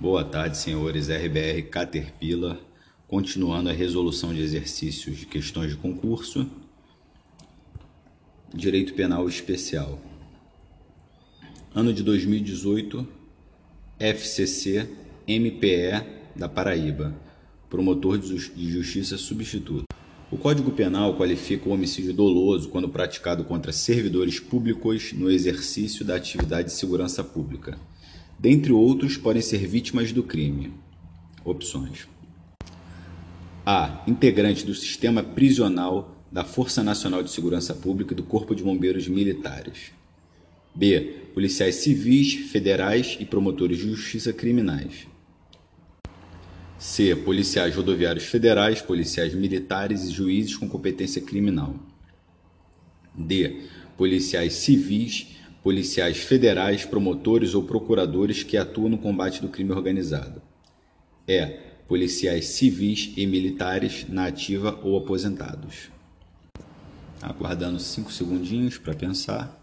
Boa tarde, senhores RBR Caterpillar. Continuando a resolução de exercícios de questões de concurso. Direito Penal Especial. Ano de 2018, FCC MPE da Paraíba. Promotor de Justiça substituto. O Código Penal qualifica o homicídio doloso quando praticado contra servidores públicos no exercício da atividade de segurança pública. Dentre outros, podem ser vítimas do crime. Opções: A. Integrante do sistema prisional da Força Nacional de Segurança Pública e do Corpo de Bombeiros Militares. B. Policiais civis, federais e promotores de justiça criminais. C. Policiais rodoviários federais, policiais militares e juízes com competência criminal. D. Policiais civis, policiais federais, promotores ou procuradores que atuam no combate do crime organizado. E. Policiais civis e militares na ativa ou aposentados. Aguardando 5 segundinhos para pensar.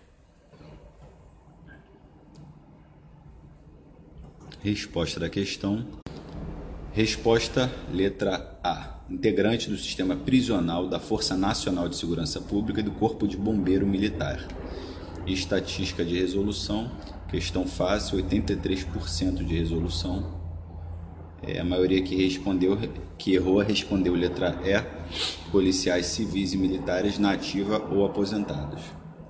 Resposta da questão. Resposta, letra A. Integrante do sistema prisional da Força Nacional de Segurança Pública e do Corpo de Bombeiro Militar. Estatística de resolução. Questão fácil, 83% de resolução. A maioria que errou respondeu letra E. Policiais civis e militares na ativa ou aposentados.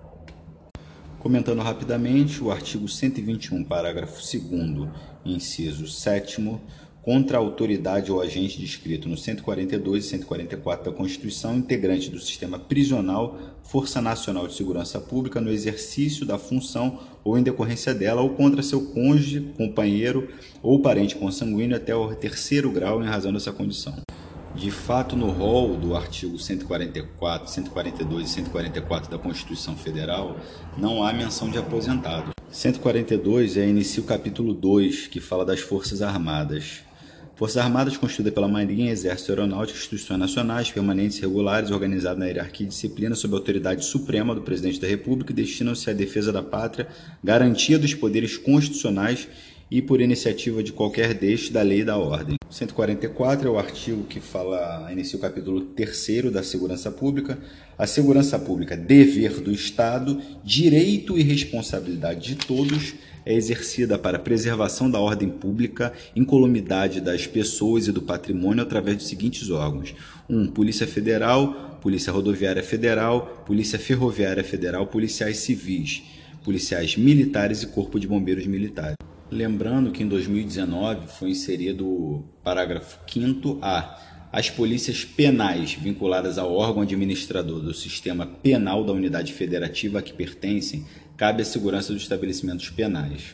Comentando rapidamente, o artigo 121, parágrafo 2º, inciso 7º, contra a autoridade ou agente descrito no 142 e 144 da Constituição, integrante do sistema prisional, Força Nacional de Segurança Pública, no exercício da função ou em decorrência dela, ou contra seu cônjuge, companheiro ou parente consanguíneo até o 3º grau em razão dessa condição. De fato, no rol do artigo 144, 142 e 144 da Constituição Federal, não há menção de aposentado. 142 inicia o capítulo 2, que fala das Forças Armadas. Forças Armadas constituídas pela Marinha, Exército, Aeronáutica, Instituições Nacionais, permanentes e regulares, organizadas na hierarquia e disciplina sob a autoridade suprema do Presidente da República e destinam-se à defesa da pátria, garantia dos poderes constitucionais e por iniciativa de qualquer destes da lei e da ordem. 144 é o artigo que inicia o capítulo 3º da Segurança Pública. A segurança pública, dever do Estado, direito e responsabilidade de todos, é exercida para a preservação da ordem pública, incolumidade das pessoas e do patrimônio através dos seguintes órgãos: 1. Polícia Federal, Polícia Rodoviária Federal, Polícia Ferroviária Federal, policiais civis, policiais militares e Corpo de Bombeiros Militares. Lembrando que em 2019 foi inserido o parágrafo 5º-A. As polícias penais vinculadas ao órgão administrador do sistema penal da unidade federativa a que pertencem, cabe a segurança dos estabelecimentos penais.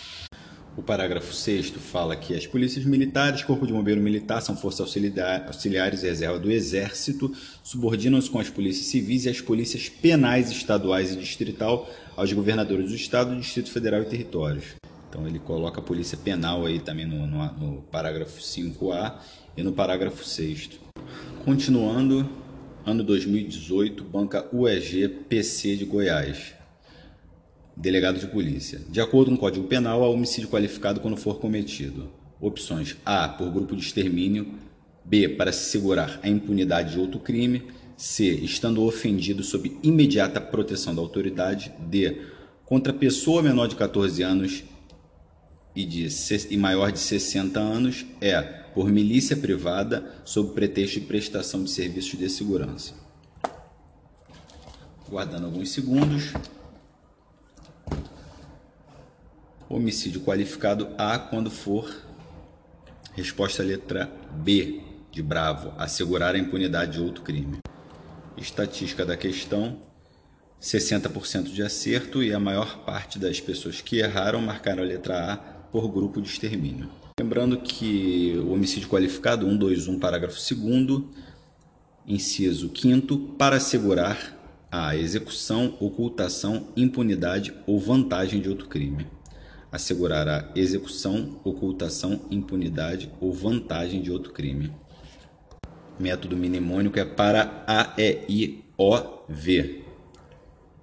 O parágrafo 6º fala que as polícias militares, Corpo de Bombeiro Militar, são forças auxiliares e reserva do Exército, subordinam-se com as polícias civis e as polícias penais estaduais e distrital aos governadores do Estado, do Distrito Federal e territórios. Então ele coloca a polícia penal aí também no parágrafo 5A e no parágrafo 6º. Continuando, ano 2018, banca UEG PC de Goiás. Delegado de polícia. De acordo com o Código Penal, há homicídio qualificado quando for cometido. Opções: A. Por grupo de extermínio. B. Para se segurar a impunidade de outro crime. C. Estando ofendido sob imediata proteção da autoridade. D. Contra pessoa menor de 14 anos e maior de 60 anos. É. Por milícia privada sob pretexto de prestação de serviços de segurança. Guardando alguns segundos. Homicídio qualificado A quando for. Resposta letra B, de Bravo, assegurar a impunidade de outro crime. Estatística da questão, 60% de acerto e a maior parte das pessoas que erraram marcaram a letra A por grupo de extermínio. Lembrando que o homicídio qualificado, 121, parágrafo 2º, inciso 5º, para assegurar a execução, ocultação, impunidade ou vantagem de outro crime. Assegurar a execução, ocultação, impunidade ou vantagem de outro crime. Método mnemônico é para AEIOV.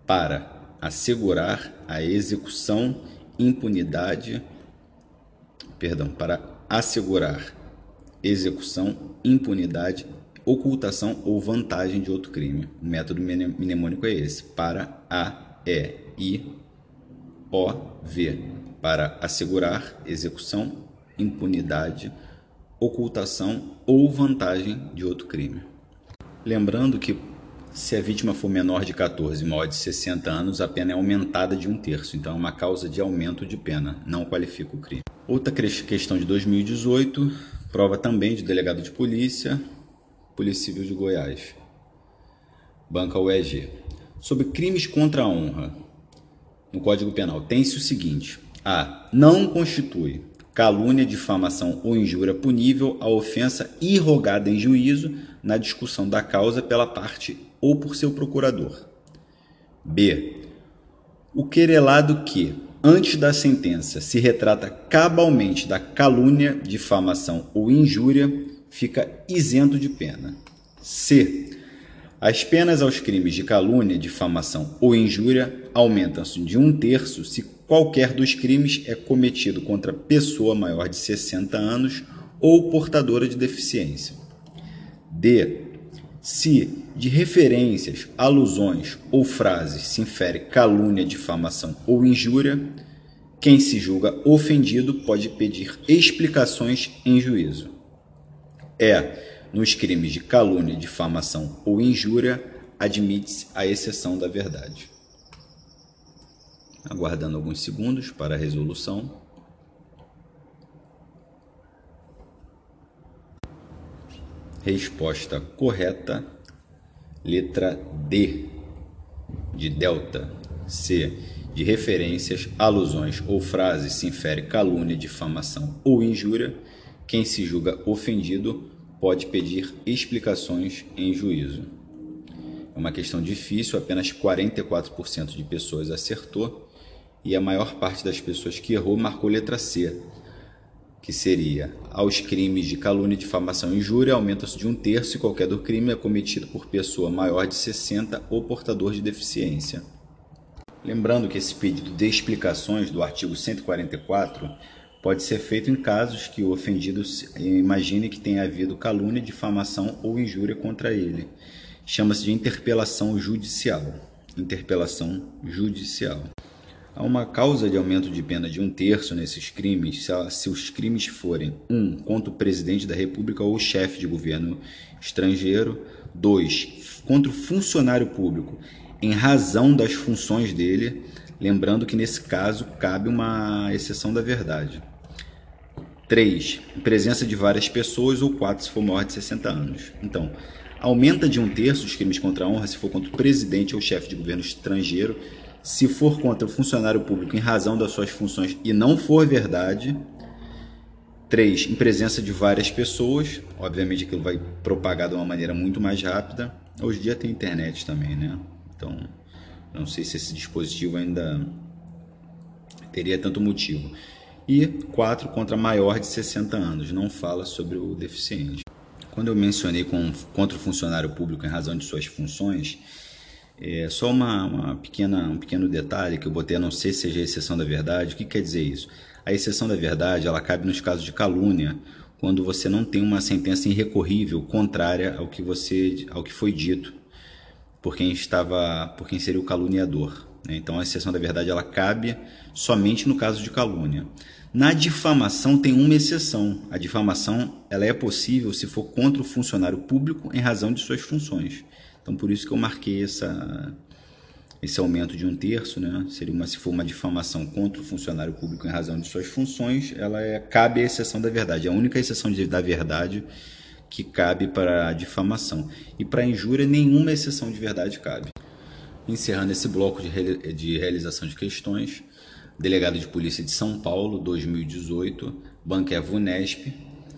Para assegurar a execução, impunidade para assegurar execução, impunidade, ocultação ou vantagem de outro crime. O método mnemônico é esse: para, a, i, o, v, para assegurar execução, impunidade, ocultação ou vantagem de outro crime. Lembrando que se a vítima for menor de 14 e maior de 60 anos, a pena é aumentada de 1/3, então é uma causa de aumento de pena, não qualifica o crime. Outra questão de 2018, prova também de delegado de polícia, Polícia Civil de Goiás, banca UEG. Sobre crimes contra a honra, no Código Penal, tem-se o seguinte: a. Não constitui calúnia, difamação ou injúria punível a ofensa irrogada em juízo na discussão da causa pela parte ou por seu procurador. B. O querelado que, antes da sentença, se retrata cabalmente da calúnia, difamação ou injúria, fica isento de pena. C. As penas aos crimes de calúnia, difamação ou injúria aumentam-se de 1/3 se qualquer dos crimes é cometido contra pessoa maior de 60 anos ou portadora de deficiência. D. Se de referências, alusões ou frases se infere calúnia, difamação ou injúria, quem se julga ofendido pode pedir explicações em juízo. Nos crimes de calúnia, difamação ou injúria, admite-se a exceção da verdade. Aguardando alguns segundos para a resolução. Resposta correta, letra D, de delta. C. De referências, alusões ou frases se infere calúnia, difamação ou injúria, quem se julga ofendido pode pedir explicações em juízo. É uma questão difícil, apenas 44% de pessoas acertou e a maior parte das pessoas que errou marcou letra C, que seria: aos crimes de calúnia, difamação e injúria aumenta-se de 1/3 se qualquer do crime é cometido por pessoa maior de 60 ou portador de deficiência. Lembrando que esse pedido de explicações do artigo 144 pode ser feito em casos que o ofendido imagine que tenha havido calúnia, difamação ou injúria contra ele. Chama-se de interpelação judicial. Interpelação judicial. Há uma causa de aumento de pena de 1/3 nesses crimes se os crimes forem: 1. Contra o presidente da República ou chefe de governo estrangeiro. 2. Contra o funcionário público, em razão das funções dele. Lembrando que nesse caso cabe uma exceção da verdade. 3. Em presença de várias pessoas, ou 4 se for maior de 60 anos. Então, aumenta de 1/3 os crimes contra a honra se for contra o presidente ou chefe de governo estrangeiro, se for contra o funcionário público em razão das suas funções e não for verdade. 3. Em presença de várias pessoas, obviamente aquilo vai propagar de uma maneira muito mais rápida. Hoje em dia tem internet também, né? Então, não sei se esse dispositivo ainda teria tanto motivo. E 4, contra maior de 60 anos, não fala sobre o deficiente. Quando eu mencionei contra o funcionário público em razão de suas funções, é só um pequeno detalhe que eu botei, a não ser seja a exceção da verdade. O que quer dizer isso? A exceção da verdade, ela cabe nos casos de calúnia, quando você não tem uma sentença irrecorrível contrária ao que foi dito por quem seria o caluniador. Então a exceção da verdade ela cabe somente no caso de calúnia. Na difamação tem uma exceção. A difamação ela é possível se for contra o funcionário público em razão de suas funções. Então por isso que eu marquei esse aumento de 1/3, né? Se for uma difamação contra o funcionário público em razão de suas funções, cabe a exceção da verdade. É a única exceção da verdade que cabe para a difamação. E para a injúria, nenhuma exceção de verdade cabe. Encerrando esse bloco de realização de questões, Delegado de Polícia de São Paulo, 2018, banca VUNESP.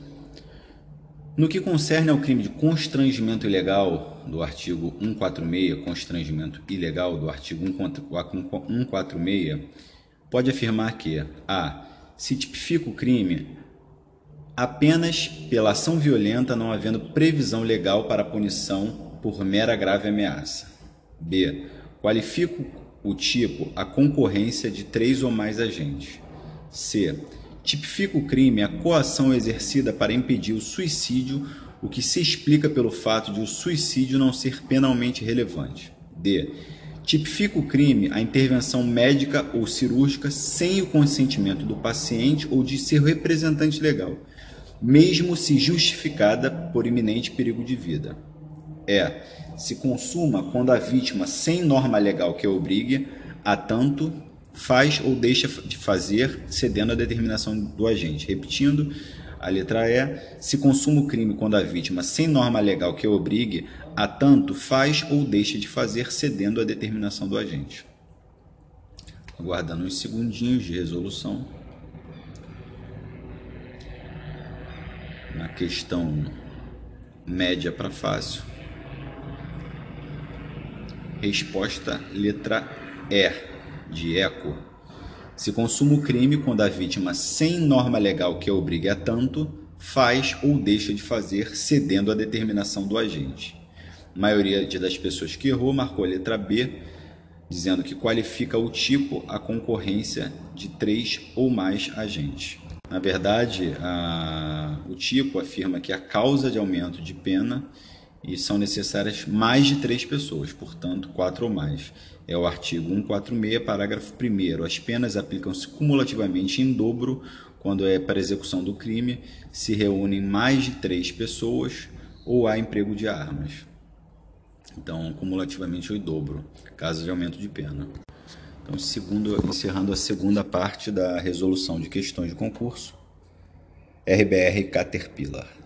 No que concerne ao crime de constrangimento ilegal do artigo 146, constrangimento ilegal do artigo 146, pode afirmar que: a. Se tipifica o crime apenas pela ação violenta, não havendo previsão legal para a punição por mera grave ameaça. B. Qualifica o tipo a concorrência de 3 ou mais agentes. C. Tipifica o crime a coação exercida para impedir o suicídio, o que se explica pelo fato de o suicídio não ser penalmente relevante. D. Tipifica o crime a intervenção médica ou cirúrgica sem o consentimento do paciente ou de seu representante legal, mesmo se justificada por iminente perigo de vida. E. Se consuma quando a vítima, sem norma legal que a obrigue a tanto, faz ou deixa de fazer, cedendo à determinação do agente. Repetindo, a letra E, se consuma o crime quando a vítima, sem norma legal que a obrigue a tanto, faz ou deixa de fazer, cedendo à determinação do agente. Aguardando uns segundinhos de resolução. Na questão média para fácil. Resposta letra E, de eco. Se consuma o crime quando a vítima, sem norma legal que a obrigue a tanto, faz ou deixa de fazer, cedendo à determinação do agente. A maioria das pessoas que errou marcou a letra B, dizendo que qualifica o tipo a concorrência de 3 ou mais agentes. Na verdade, o tipo afirma que a causa de aumento de pena e são necessárias mais de 3 pessoas, portanto, 4 ou mais. É o artigo 146, parágrafo 1º. As penas aplicam-se cumulativamente em dobro quando é para execução do crime, se reúnem mais de 3 pessoas ou há emprego de armas. Então, cumulativamente, o dobro, caso de aumento de pena. Então, encerrando a segunda parte da resolução de questões de concurso, RBR Caterpillar.